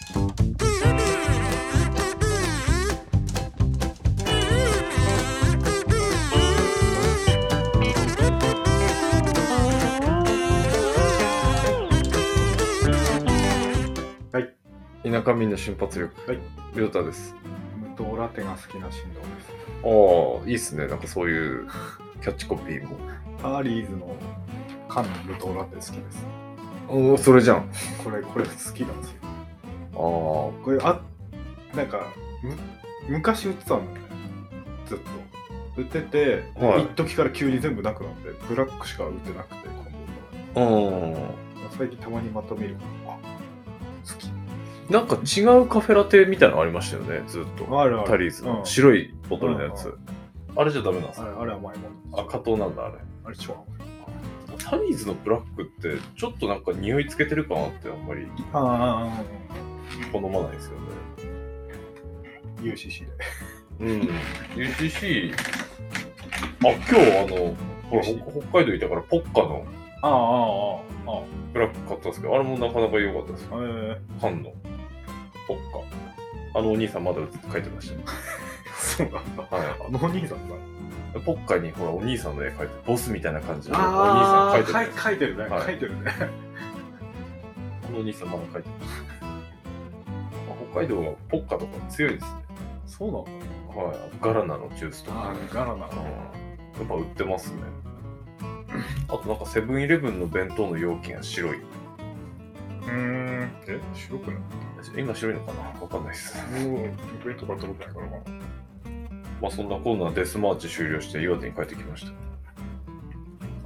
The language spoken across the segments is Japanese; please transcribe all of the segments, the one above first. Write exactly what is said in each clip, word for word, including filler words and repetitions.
はい。 田舎民の瞬発力。 はい。 りょうたです。 無糖ラテが好きな振動です。 ああ、いいっすね。なんかそういうキャッチコピーも。 ターリーズの缶の無糖ラテ好きです。 おお、それじゃん。 これ、これ好きなんですよ。 ああ。 これ、あ、なんか、む昔売ってたんだよね。ずっと。売ってて、 はい一時から急に全部なくなって、ブラックしか売ってなくて、 ああ。 最近たまにまた見るから、あ、好き。 なんか違うカフェラテみたいなのありましたよね、ずっと。 あるある。 タリーズの、 うん、 白いボトルのやつ。 うんうん、 あれじゃダメなんですか？ あれ、あれは甘いもん。 あ、加糖なんだ、あれ。 あれ超甘い。 タリーズのブラックってちょっとなんか匂いつけてるかなってあんまりああ、 好まないですよね。 ユーシーシー で。 うん。ユーシーシー、あ、今日あの、ほら、北海道いたからポッカのああ、ああ、ああ。 ブラック買ったんですけど、あれもなかなか良かったですよ。 え缶のポッカ。あのお兄さんまだ書いてましたね。 そうなんだ。 はい。 あのお兄さんがポッカにほらお兄さんの絵描いて、ボスみたいな感じのお兄あさん描いてる。 あ、描いてるね、 はい、 描いてるね。 あのお兄さんまだ描いてました。北海道はポッカとか強いですね。 そうなの？ はい。ガラナのジュースとか。 ああ、ガラナ。 やっぱ売ってますね。あとなんかセブンイレブンの弁当の容器が白い。 うーん。え、白くない？ 今白いのかな？わかんないです。 もう、弁当買ったことないからな。 まあそんなコーナーデスマーチ終了して岩手に帰ってきました。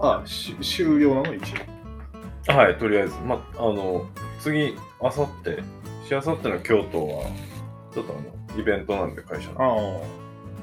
あ、し終了なの一応。はい、とりあえず。まあ、あの、次、あさって、しあさっての京都は、ちょっとあの、イベントなんで会社の。 ああ。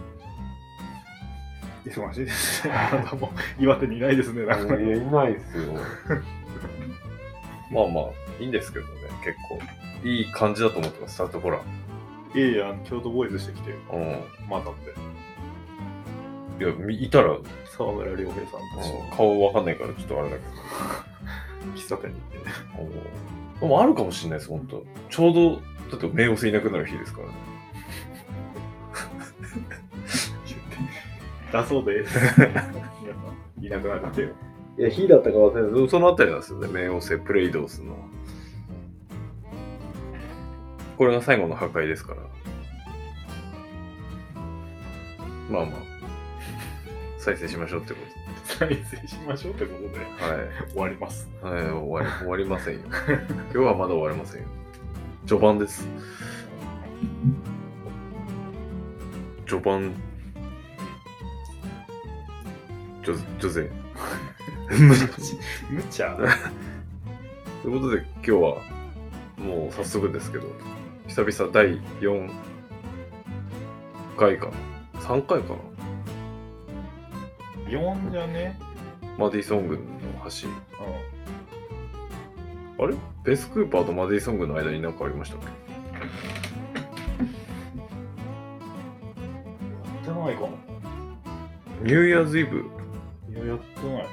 忙しいですね。あなたも岩手にいないですね。なんかいや、いないですよ。まあまあ、いいんですけどね、結構。いい感じだと思ってます、スタートほら。 いやいや、京都ボーイズしてきて、 うん。 またって。 いや、いたら、 沢村良平さんたち、 うん、顔わかんないからちょっとあれだけど。 喫茶店に行ってね。 でもあるかもしれないです、ほんと。ちょうど、ちょっと冥王星いなくなる日ですからね。 だそうです。いなくなってよ。 いや、日だったか忘れないけど、そのあたりなんですよね、冥王星プレイドースの。これが最後の破壊ですから。まあまあ、再生しましょうってこ再生しましょうってことで、 とで。はい。 終わります。 はい、終わり、終わりませんよ。今日はまだ終わりませんよ。序盤です。序盤。ジョ、ジョゼ。 むちゃ。 ということで、今日は、もう早速ですけど、久々だいよんかいかな。さんかいかな。 よんじゃね。 マディソン軍の橋。 うん。 あれベス・クーパーとマディソン軍の間に何かありましたっけ？ やってないかな。 ニューイヤーズイブ。 いや、やってない。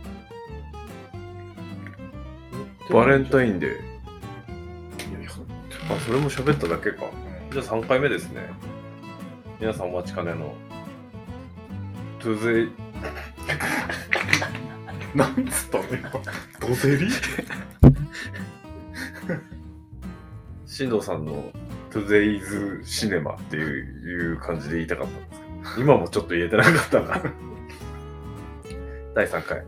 バレンタインデー。 いや、やってない。 あ、それも喋っただけか。じゃあさんかいめですね。皆さんお待ちかねの。トゥゼイ。 なんつったの今。ドゼリ進藤さんのトゥゼイズシネマっていう、いう感じで言いたかったんですけど、今もちょっと言えてなかったな。だいさんかい。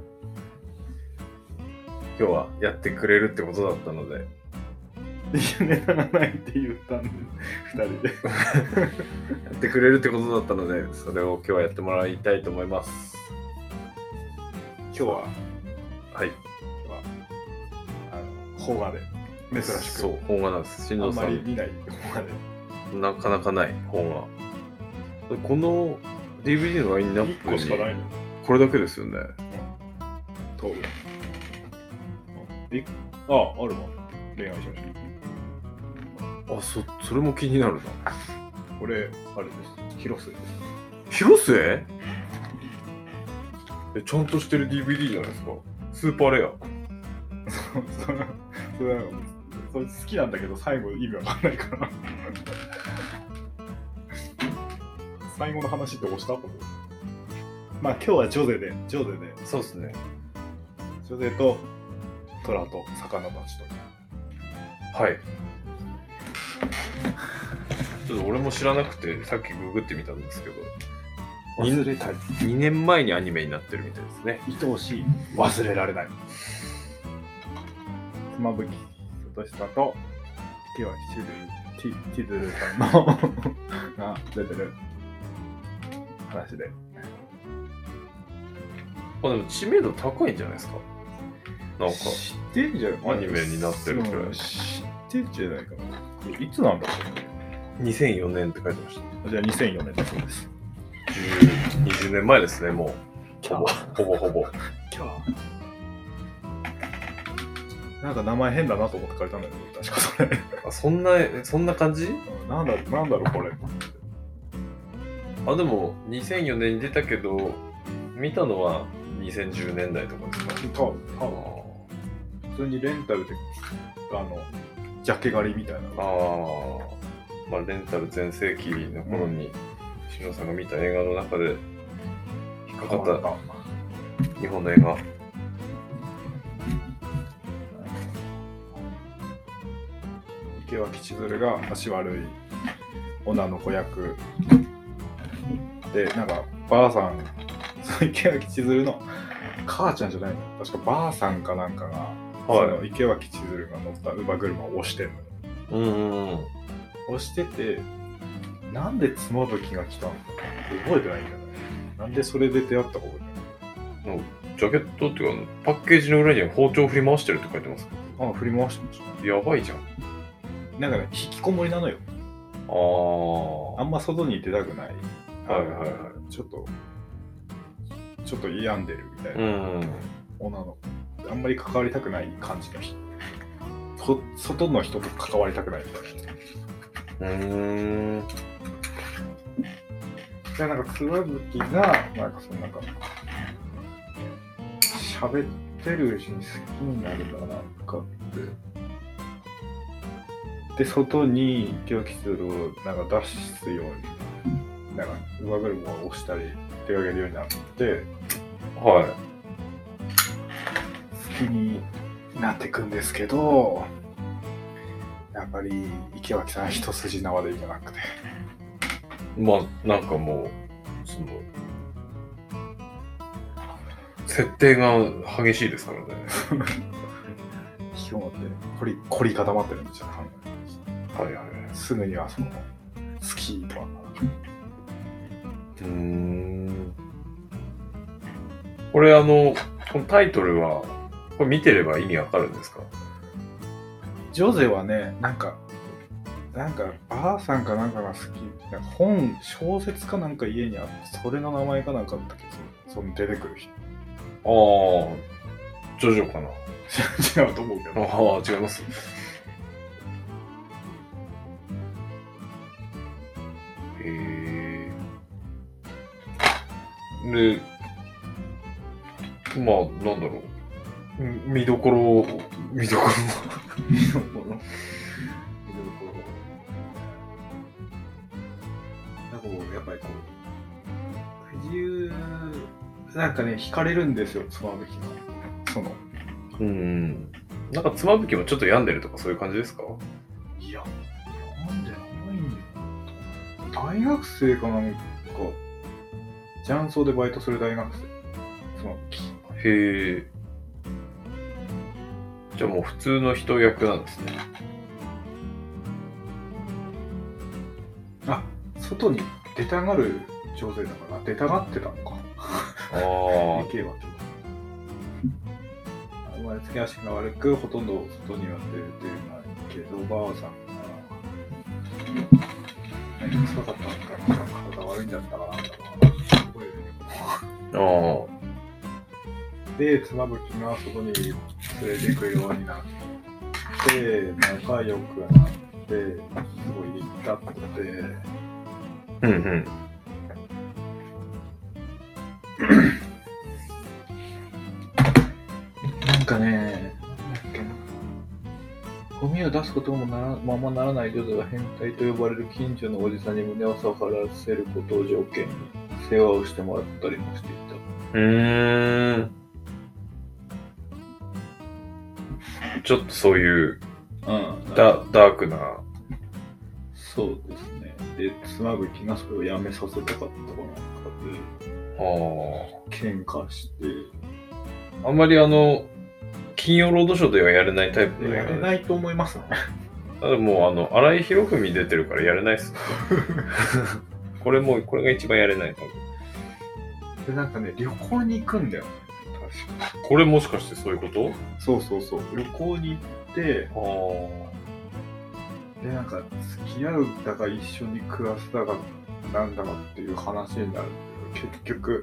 今日はやってくれるってことだったので。 いや、ネタがないって言ったんで、ふたりで。 やってくれるってことだったので、それを今日はやってもらいたいと思います。 今日は、 はい。 今日は、あの、邦画で、珍しく。 そう、邦画なんです。進藤さん。 あんまり見ない邦画で。 なかなかない邦画。この ディーブイディー のラインナッいっプにこしかないの。 これだけですよね。 トール。え、あ、あるわ。恋愛写真。 あ、そ、それも気になるな。 これ、あれです。広瀬です。 広瀬？え、ちゃんとしてる ディーブイディー じゃないですか。スーパーレア。 それは、それはそいつ好きなんだけど最後意味わかんないから最後の話どうしたと思う。まあ今日はジョゼでジョゼでそうですね。 ジョゼと虎と魚たちと。 はい。ちょっと俺も知らなくてさっきググってみたんですけど、 忘れたい。 にねんまえにアニメになってるみたいですね。 愛おしい。忘れられない。妻夫木聡さんと池脇千鶴千鶴さんのが出てる話で。 あ、でも知名度高いんじゃないですか。なんか知ってんじゃないアニメになってるくらい。 うん知ってんじゃないかな。これいつなんだろにせんよねんって書いてました。 う。じゃあにせんよねんだそうです。 じゅう、にじゅうねんまえですね、もう。ほぼ、ほぼほぼ。 今日なんか名前変だなと思って書いたんだけど、確かそれ。 あ、そんな、そんな感じ？ なんだ、なんだろう、これ。 あ、でも、にせんよねんに出たけど、見たのはにせんじゅうねんだいとかですか？ 多分、多分。普通にレンタルで、あの、ジャケ狩りみたいな。 ああ、まあ、レンタル全盛期の頃に、しのさんが見た映画の中で、引っかかった日本の映画。 池脇千鶴が足悪い女の子役で、なんかばあさん、その池脇千鶴の母ちゃんじゃないの、確かばあさんかなんかが、 はいその池脇千鶴が乗った乳母車を押してんのよ。 うんうんうん。 押してて、なんで妻夫木が来たのか覚えてないんだよね。なんでそれで出会ったか覚えてない。 ジャケットっていうか、パッケージの裏には包丁を振り回してるって書いてます。 ああ、振り回してました。 やばいじゃん。 なんかね、引きこもりなのよ。 ああ。 あんま外に出たくない。 はいはいはい。 ちょっと、ちょっと病んでるみたいな、 うん。 女の子。あんまり関わりたくない感じの人。そ外の人と関わりたくないみたいな。 うーん。 で、なんか、妻夫木が、なんかそのなんか、喋ってるうちに好きになるかなんかって。で、外に池脇千鶴をなんか出すように、なんか、乳母車を押したり、手掛けるようになって、 はい。 好きになっていくんですけど、やっぱり池脇さん一筋縄でいかなくて。 まあ、なんかもう、その、設定が激しいですからね。 引きこもって、凝り、凝り固まってるんですよ、 はいはい。 すぐにはその、好きとは。 うーん。これあの、このタイトルは、これ見てれば意味わかるんですか？ ジョゼはね、なんか、なんか、ばあさんかなんかが好き、なんか本、小説かなんか家にあって、それの名前かなんかだったけど、その出てくる人。 ああ、ジョジョかな。 違うと思うけど。 ああ、違います。へえ。で、まあ、なんだろう。ん見どころ、見どころ。 見どころ。見どころ。なんかこう、やっぱりこう、藤由、なんかね、惹かれるんですよ、妻夫木が。その。 うん。なんか、妻夫木もちょっと病んでるとかそういう感じですか？ いや、なんでないんだよ。大学生かなんか、雀荘でバイトする大学生。妻夫木。 へえ。じゃあもう普通の人役なんですね。 あ、外に出たがる女性だから、出たがってたのか。 ああ。 池脇。生まれつき足が悪く、ほとんど外には出てないけど、ばあさんが、何臭かったのかな、体悪いんだったかなんだろうな。 ああ。 で、妻夫木が外に連れて行くようになって、仲良くなって、すごい立ってて、 うんうん。 なんかね、なんだっけな。 ゴミを出すこともならままならない女性が変態と呼ばれる近所のおじさんに胸を触らせることを条件に世話をしてもらったりもしていた。 うーん。ちょっとそういううん、 ダダークな。 そうですね。で、妻夫木がそれをやめさせたかったかなんかで、 は喧嘩して、 あ。あんまりあの、金曜ロードショーではやれないタイプのやれないと思いますね。 ただもう、あの、荒井博文出てるからやれないっす。これもう、これが一番やれない、多分。 で、なんかね、旅行に行くんだよね。確かこれもしかしてそういうことそうそうそう。旅行に行って、 あで、なんか、付き合うだか一緒に暮らすだかなんだかっていう話になるんだけど、結局、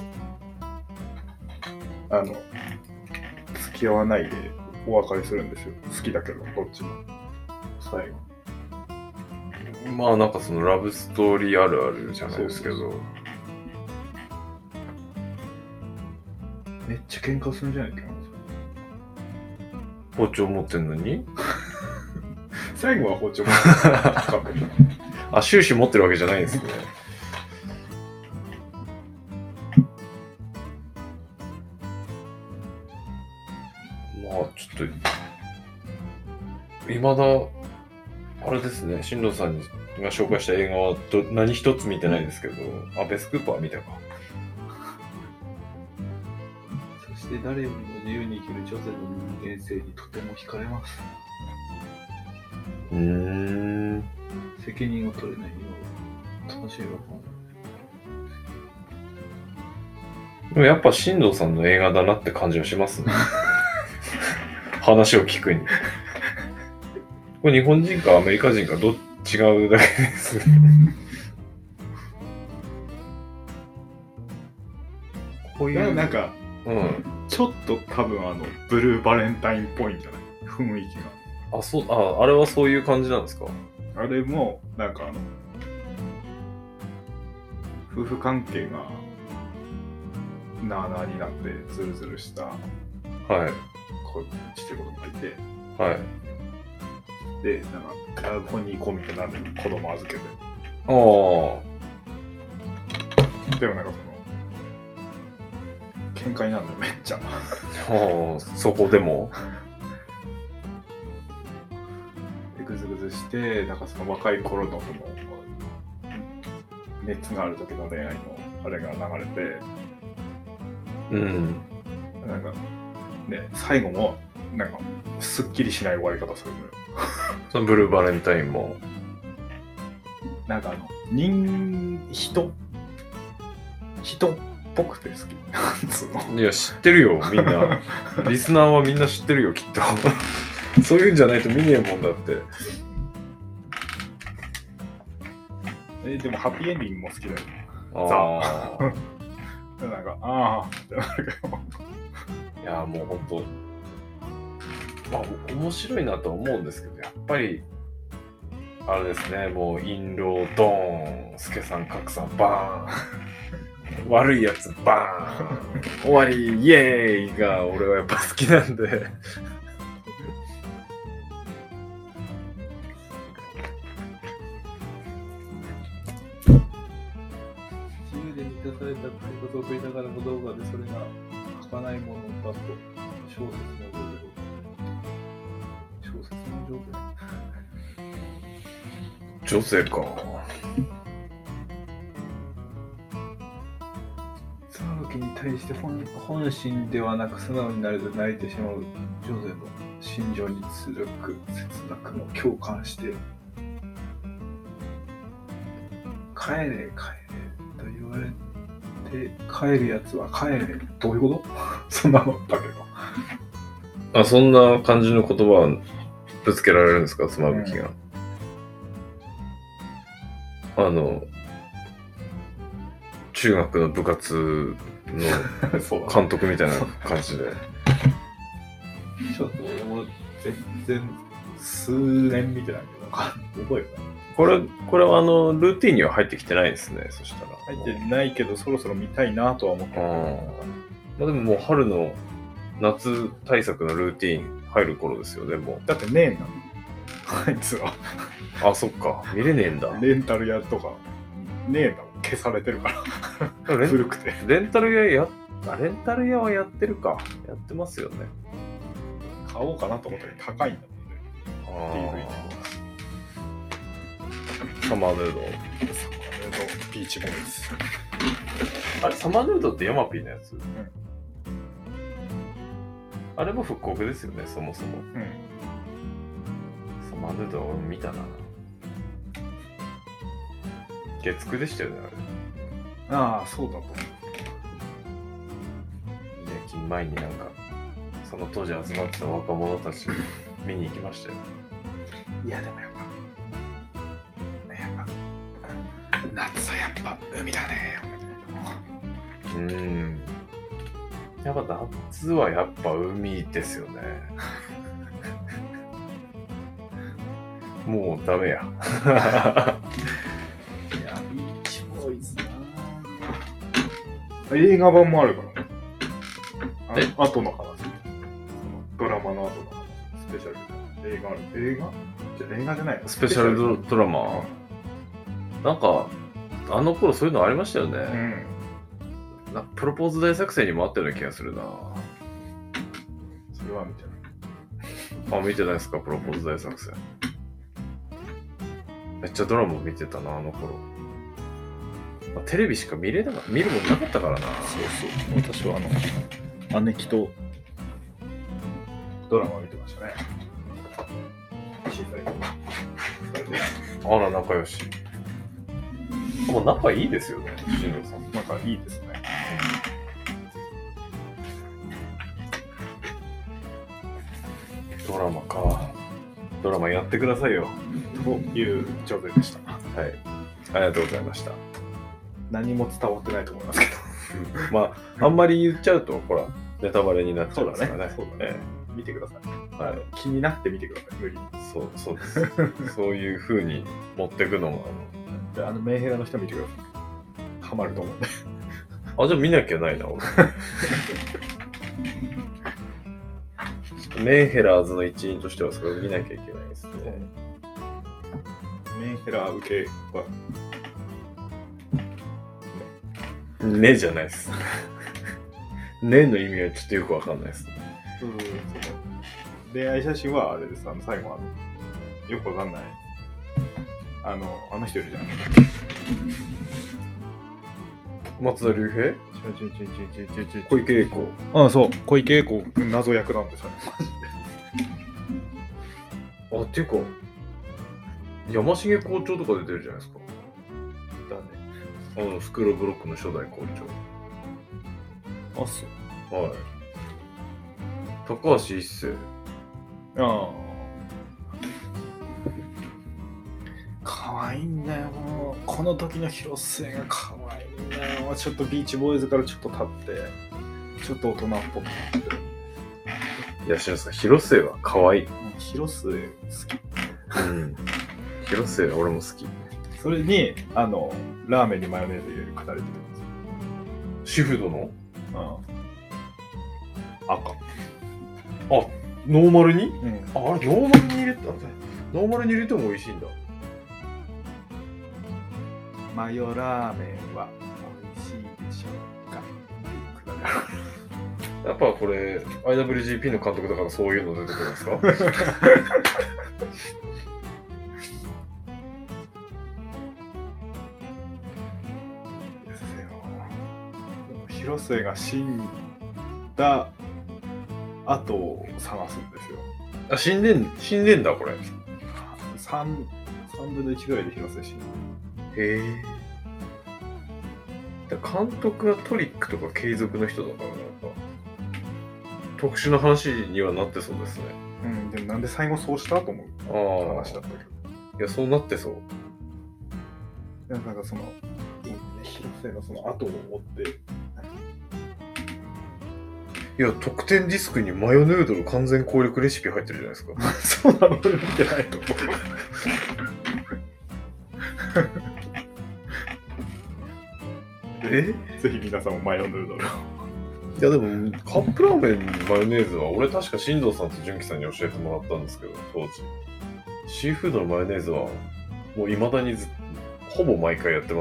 あの、付き合わないでお別れするんですよ。好きだけど、どっちも。最後。 あ。まあなんかそのラブストーリーあるあるじゃないですけど。 そうそうめっちゃ喧嘩するんじゃないかな。 包丁持ってんのに最後は包丁持ってる。 あ、終始持ってるわけじゃないんですね。まあちょっと、いまだ、あれですね、進藤さんが紹介した映画はど何一つ見てないですけど、あ、ベスクーパー見たか。 そして誰よりも自由に生きる女性の人間性にとても惹かれます。 うーん。 責任を取れないよう楽しいわ。 でもやっぱ進藤さんの映画だなって感じはしますね。話を聞くに。これ日本人かアメリカ人かどっち違うだけです。こういう。 なんか、 うん。 ちょっと多分あの、ブルーバレンタインっぽいんじゃない雰囲気が。 あ、そう、あ、あれはそういう感じなんですか？ あれも、なんかあの、夫婦関係が、なあなあになってズルズルした、 はい。 こう、ちっちゃい子供がいて、 はい。 で、なんか、本人込みってなんで子供預けて。 ああ。 でもなんかその、喧嘩になるのめっちゃ。 ああ、そこでもでグズグズして、なんかその若い頃のその、熱がある時の恋愛のあれが流れて、 うん。 なんか、ね、最後も、なんか、すっきりしない終わり方するのよ。 そのブルーバレンタインも。 なんかあの、人、人、人っぽくて好き。なんつうの。 いや、知ってるよ、みんな。リスナーはみんな知ってるよ、きっと。そういうんじゃないと見ねえもんだって。 え、でもハッピーエンディングも好きだよ。 ああ。 なんか、ああってなるけど。 いや、もうほんと、まあ、面白いなと思うんですけど、やっぱり、あれですね、もう、印籠、ドーン、スケさん、格さん、バーン、悪いやつ、バーン、終わり、イエーイが、俺はやっぱ好きなんで。 自由で満たされた生活を送りながらの動画でそれが儚いものだと小説の上で小説の上で女性か。 妻夫木に対して本本心ではなく素直になれず泣いてしまう女性の心情に強く切なくも共感して帰れ帰れと言われて帰るやつは帰れどういうことそんなのだけどあ、そんな感じの言葉はぶつけられるんですか、妻夫木が。うん、あの、中学の部活の監督みたいな感じで。 ちょっと俺も全然数年見てないけど、覚えてない。 これ、これはあの、ルーティンには入ってきてないですね、そしたら。 入ってないけど、そろそろ見たいなとは思ってる。 まあでももう春の夏対策のルーティン入る頃ですよね、もう。 だってねえな。 あいつはあ、そっか。見れねえんだ。 レンタル屋とかねえんだもん、消されてるからレン古くて。 レンタル屋やあレンタル屋はやってるか。やってますよね。 買おうかなと思ったら高いんだもんね。 ディーブイディーサマーヌード。 サマーヌードビーチボーイズ。 あれ、サマーヌードってヤマピーのやつ、うん、あれも復刻ですよね、そもそも。うん、サマーヌードは俺も見たな。月9でしたよね、あれ。 ああ、そうだと思う。 夜勤前になんか、その当時集まってた若者たち見に行きましたよ。 いや、でもやっぱ、やっぱ、夏はやっぱ海だね。 うーん。やっぱ夏はやっぱ海ですよね。もうダメや。 いや、ビーチボーイズな。映画版もあるからね。あ後の話。そのドラマの後の話。スペシャル。映画ある。映画じゃ映画じゃないのスペシャル ド, ドラマ。なんか、あの頃そういうのありましたよね。うん、なプロポーズ大作戦にもあったような気がするな。 それは見てない。 あ、見てないですか、プロポーズ大作戦。めっちゃドラマ見てたな、あの頃。まあ、テレビしか見れなか見るもんなかったからな。そうそう。私はあの、姉貴とドラマ見てましたね。小さい頃。あら、仲良し。もう仲いいですよね、新藤さん。 仲いいですね。 ドラマか。ドラマやってくださいよ。 という状態でした。 はい。ありがとうございました。 何も伝わってないと思いますけど。 まあ、あんまり言っちゃうと、ほら、ネタバレになっちゃうからね。 そうだね。ええ、見てください。 はい。 気になって見てください。無理に。 そう、そうです。そういう風に持っていくのも、 あの、あのメンヘラの人見てください。ハマると思うんで。 あ、じゃあ見なきゃないな、俺。メンヘラーズの一員としてはそれを見なきゃいけないですね。 メンヘラ受けはねじゃないです。ねの意味はちょっとよくわかんないです。 うん、恋愛写真はあれです。あの最後はよくわかんない。あのあの人いるじゃん。 松田龍平？ 小池栄子。ああ、そう。小池栄子謎役なんですよね。 あ、っていうか、山重校長とか出てるじゃないですか。 だね。 あの、スクールブロックの初代校長。あ、そう。 はい。高橋一生。 ああ。可愛いんだよ、もう。この時の広末が可愛いんだよ。ちょっとビーチボーイズからちょっと立って、ちょっと大人っぽくなってる。 いや、知らないですか。広末は可愛い。 広末好き。 うん。広末は俺も好き。 それに、あの、ラーメンにマヨネーズ入れるくだり出てます。 シフドの？ うん。赤。 あ、ノーマルに？ うん。 あ、あれノーマルに入れたんだ。ノーマルに入れても美味しいんだ。 マヨラーメンは美味しいでしょうかっていうくだり。 やっぱこれ アイダブリュージーピー の監督だからそういうの出てくるんですか？ 広末が死んだ後を探すんですよ。 あ、死んでん、死んでんだこれ。 三三分の一ぐらいで広末死んだ。 へえ。監督はトリックとか継続の人だからなんか特殊な話にはなってそうですね。 うん、でもなんで最後そうしたと思う話だったけど。 いや、そうなってそう。 なんかその広末のその後を追って。 いや、特典ディスクにマヨヌードル完全攻略レシピ入ってるじゃないですか。 そうなの？俺見てないと思う。 え？ ぜひ皆さんもマヨヌードルを。 いやでもカップラーメンにマヨネーズは俺確か新藤さんと純喜さんに教えてもらったんですけど、当時。 シーフードのマヨネーズはもう未だにずほぼ毎回やってます。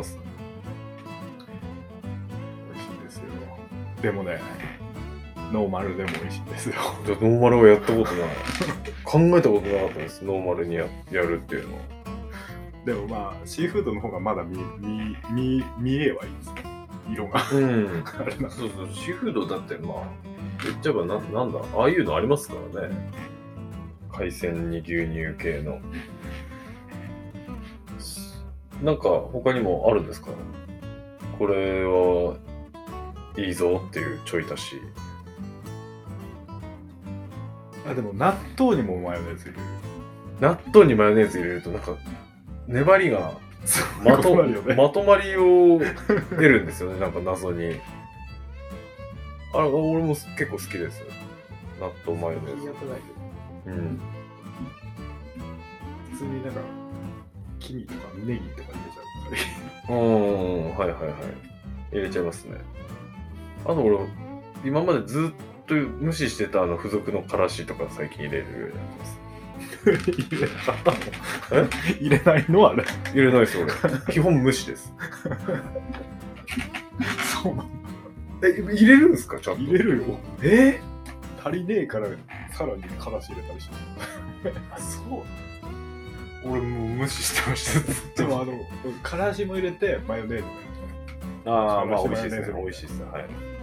美味しいですよ。でもね、ノーマルでも美味しいですよ。 じゃあノーマルはやったことない。考えたことなかったです、ノーマルに や, やるっていうのは。 でもまあ、シーフードの方がまだ見、見、見、見えはいいですね。色が。 うん。 あれな。 そうそう、シーフードだってまあ、言っちゃえばな、なんだ、ああいうのありますからね。海鮮に牛乳系の。なんか他にもあるんですか？これはいいぞっていうちょい足し。 あ、でも納豆にもマヨネーズ入れる。 納豆にマヨネーズ入れるとなんか粘りがまと、ね、まとまりを出るんですよね。なんか謎に。あれ俺も結構好きです。納豆マヨネーズ。うん。 普通になんか黄身とかネギとか入れちゃう。 うん、はいはいはい。入れちゃいますね。あと俺今までずっと無視してたあの付属のからしとか最近入れるようになってます。 入れたの？え？入れないの？あれ入れないです俺。基本無視です。 そうなんだ。 え、入れるんですか？ちゃんと。 入れるよ。 えー、足りねえからさらにからし入れたりして。 あ、そう。俺もう無視してました。 でもあのからしも入れてマヨネーズも入れて。 ああ、まあ美味しいですね。美味しいですね。はい。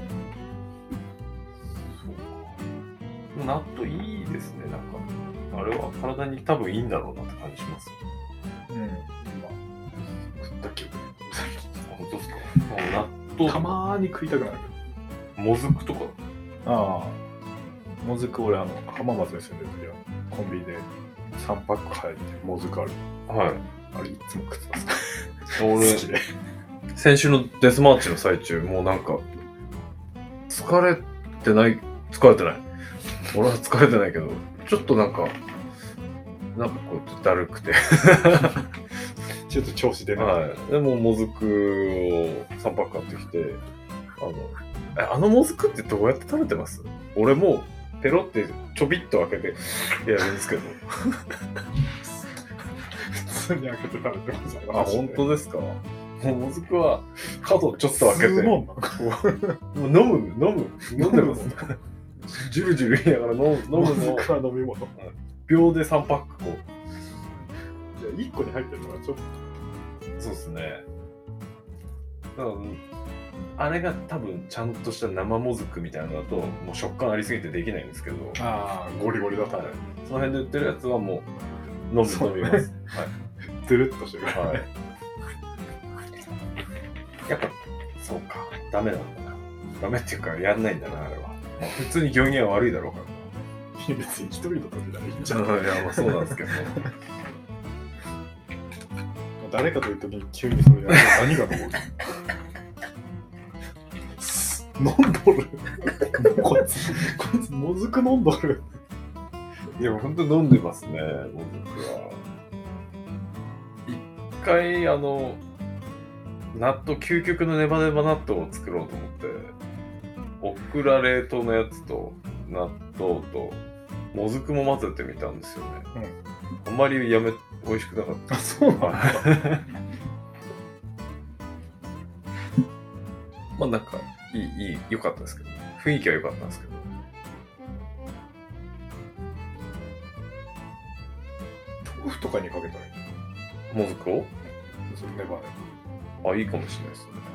そうか。納豆いいですね。なんかあれは体に多分いいんだろうなって感じします。 うん。まあ食った記憶。 本当ですか？納豆たまーに食いたくなる。 もずくとか。 ああ。もずく俺あの浜松に住んでる時はコンビニでさんパック入ってもずくある。 はい。 あれいつも食ってます。 俺好きで。 先週のデスマーチの最中もうなんか疲れてない疲れてない俺は疲れてないけどちょっとなんかなんかこうだるくてちょっと調子出ない、 はい、でももずくをさんパック買ってきてあのえあのもずくってどうやって食べてます？俺もうペロってちょびっと開けてやるんですけど普通に開けて食べてます。 あ、本当ですか？もずくは角ちょっと開けてもう飲む飲む飲んでますジュルジュル言いながら飲むの。 もずくは飲み物。 秒でさんパックこう。いっこに入ってるのがちょっと。 そうですね。だからあれが多分ちゃんとした生もずくみたいなのだともう食感ありすぎてできないんですけど。 ああ、ゴリゴリだったね。 その辺で売ってるやつはもう飲む飲みます。はい。 ドゥルッとしてる。 はい。やっぱそうかダメなんだな。ダメっていうかやんないんだなあれは。普通に行儀は悪いだろうから。 別に一人の時ならいいんじゃない？ いやまあそうなんですけど。 誰かという時に急にそれやると何が残る？飲んどる。こいつこいつもずく飲んどる。 いや本当飲んでますねもずくは。一回あの納豆究極のネバネバ納豆を作ろうと思ってオクラ冷凍のやつと納豆ともずくも混ぜてみたんですよね、うん、あんまりやめ美味しくなかった。 あ、そうなんだ。 まあなんかいいいい良かったですけど雰囲気は良かったんですけど豆腐とかにかけたらいいもずくをそれネバネバあいいかもしれないですね。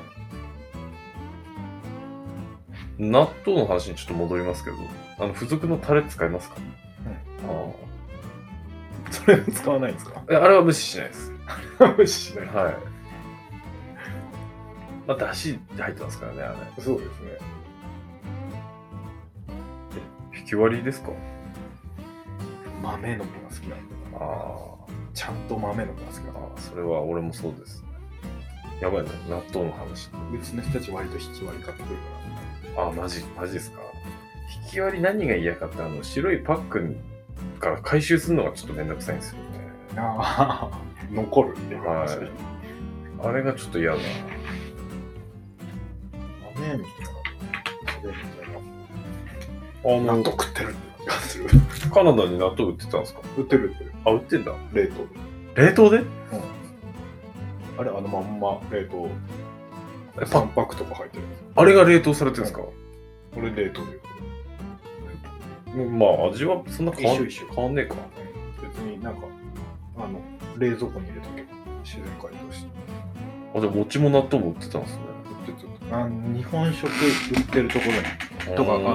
納豆の話にちょっと戻りますけど、あの付属のタレ使いますか？ うん、 ああ。それは使わないんですか？ あれは無視しないです。 無視しない。 はい。まあ、だし入ってますからね、あれ。 そうですね。 引き割りですか？ 豆の子が好きなんだ。 ああ。 ちゃんと豆の子が好きなんだ。 ああ、それは俺もそうです。やばいね、納豆の話。 うちの人たち割と引き割り買ってくるから。ああ、マジ、マジですか。引き割り何が嫌かって、あの、白いパックから回収するのがちょっとめんどくさいんですよね。 ああ、残るっていう話、 はい。あれがちょっと嫌だな。 豆みたいな。食べるみたいな。 あの、 納豆食ってるって。 がする。 カナダに納豆売ってたんですか？ 売ってる売ってる。 あ、売ってんだ。 冷凍冷凍で？ で。うん。あれ、あのまんま冷凍。 え、 さパんパックとか入ってるんです。 あれが冷凍されてるんですか？ これ冷凍で。 まあ味はそんな変わん一緒一緒変わんねえか。 別になんか、あの、冷蔵庫に入れとけば自然解凍して。 あ、じゃあ餅も納豆も売ってたんですね。 売ってたあの日本食売ってるところに、とか、あの、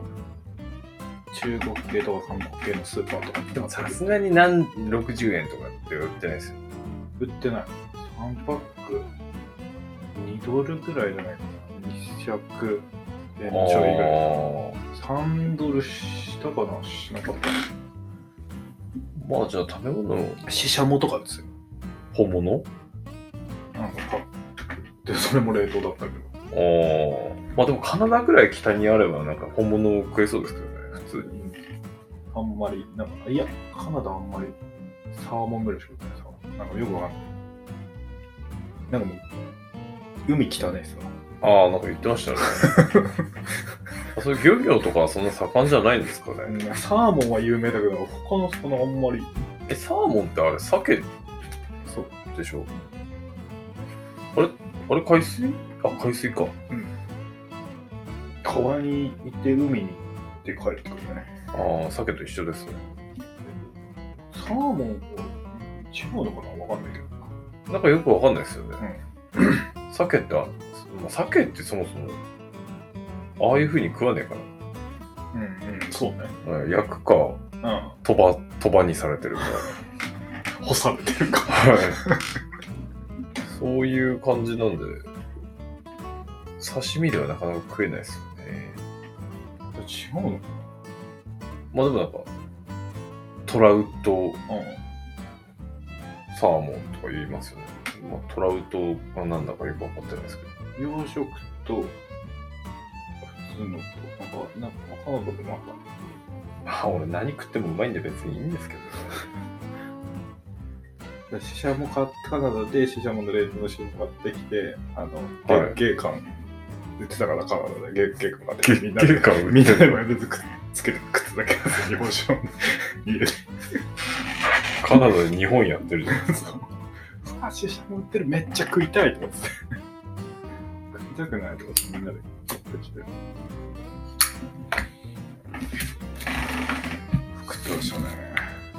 中国系とか韓国系のスーパーとかにでもさすがに何ろくじゅうえんとかって売ってないですよ。 売ってない。さんパックにドルぐらいじゃないかな。にひゃくえんちょいぐらい。さんドルしたかなしなかった。 まあじゃあ食べ物シシャモとかですよ。 本物？ なんかパックで、それも冷凍だったけど。 ああ。まあでもカナダぐらい北にあればなんか本物を食えそうですけどね、普通に。 あんまり、なんか、いや、カナダあんまりサーモンぐらいしか売ってないさ。なんかよくわかんない。なんかもう、海汚いさ。 ああ、なんか言ってましたね。そういう漁業とかはそんな盛んじゃないんですかね。 うんサーモンは有名だけど、他の魚あんまり。 え、サーモンってあれ、鮭そう。 でしょ？あれあれ海水？あ、海水か。 川に行って海に行って帰ってくるね。 ああ、鮭と一緒ですね。 サーモンは違うのかなわかんないけど。 なんかよくわかんないですよね。鮭って、あ、まあ、鮭ってそもそも、ああいう風に食わねえかうんうん、そうね。 ら。うん焼くか、 うん。 鳥羽、鳥羽にされてるか。 干されてるか。 はい。そういう感じなんで、刺身ではなかなか食えないですよね。 違うのかまあでもなんか、トラウト、 なサーモンとか言いますよね。まあ、トラウトが何だかよくわかってないですけど。 うん。洋食と、普通のと、なんか、なんか他のこともあった。 まあ俺何食ってもうまいんで別にいいんですけどね。 シシャモ買って、カナダでシシャモの冷凍のシシャモ買ってきて、あの、 はいゲーカン売ってたからカナダでゲーゲーカン買ってきて、みんなで、 ゲーカン売ってるみんなでマヨネーズくっつけて食ってたけど、日本酒を家で。 カナダで日本やってるじゃないですか。 そうあ、シシャモ売ってる、めっちゃ食いたいと思ってて。食いたくないと思ってみんなで買ってきて。食ってましたね。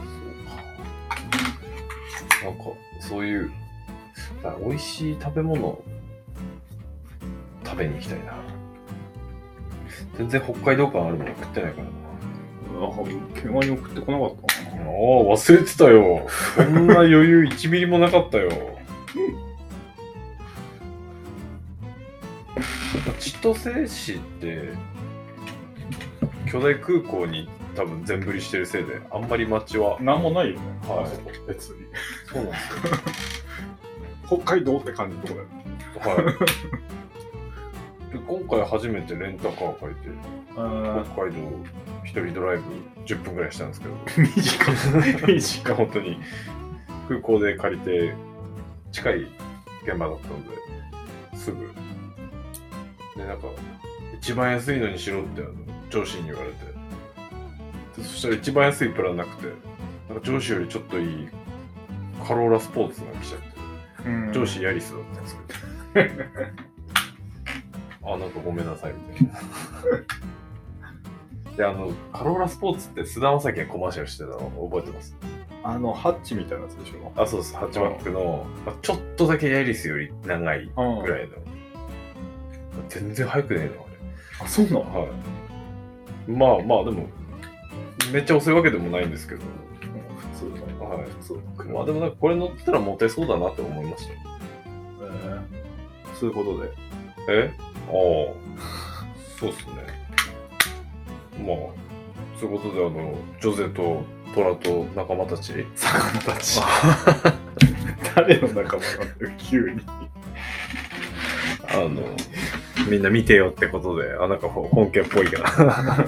なんかそういうだから美味しい食べ物を食べに行きたいな。全然北海道感あるもの食ってないからな。 あ、毛ガニ送ってこなかったな。 ああ、忘れてたよ。そんな余裕いちミリもなかったよ。千歳市って巨大空港に多分全振りしてるせいであんまり街はなんもないよね。 はいあそこ別に。 そうなんですよ。 北海道って感じのとこだよね。 はい。で今回初めてレンタカー借りてあ北海道一人ドライブじゅっぷんぐらいしたんですけど、 短い。短い。 本当に空港で借りて近い現場だったのですぐでなんか一番安いのにしろってあの上司に言われて、でそしたら一番安いプランなくてなんか上司よりちょっといいカローラスポーツが来ちゃって、 うん上司ヤリスだったんですけどあなんかごめんなさいみたいなであのカローラスポーツって菅田将暉がコマーシャルしてたの覚えてます？ あの、ハッチみたいなやつでしょ。 あ、そうです。ハッチバックの、まあ、ちょっとだけヤリスより長いぐらいの。全然速くねえの、あれ。 あ、そうなの？ はい。まあまあ、でも、めっちゃ遅いわけでもないんですけど。 普通の。 はい。 普通の。 まあでもなんかこれ乗ってたらモテそうだなって思いました。 えー、そういうことで。 えああ、そうっすね。まあ、そういうことで、あの、ジョゼとトラと仲間たち。 魚たち。誰の仲間なんだよ、急に。 あの、みんな見てよってことで、あ、なんか本家っぽいから。あ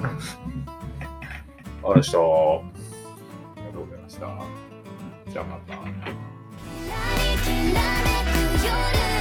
りがとうございました。 ありがとうございました。じゃあまた。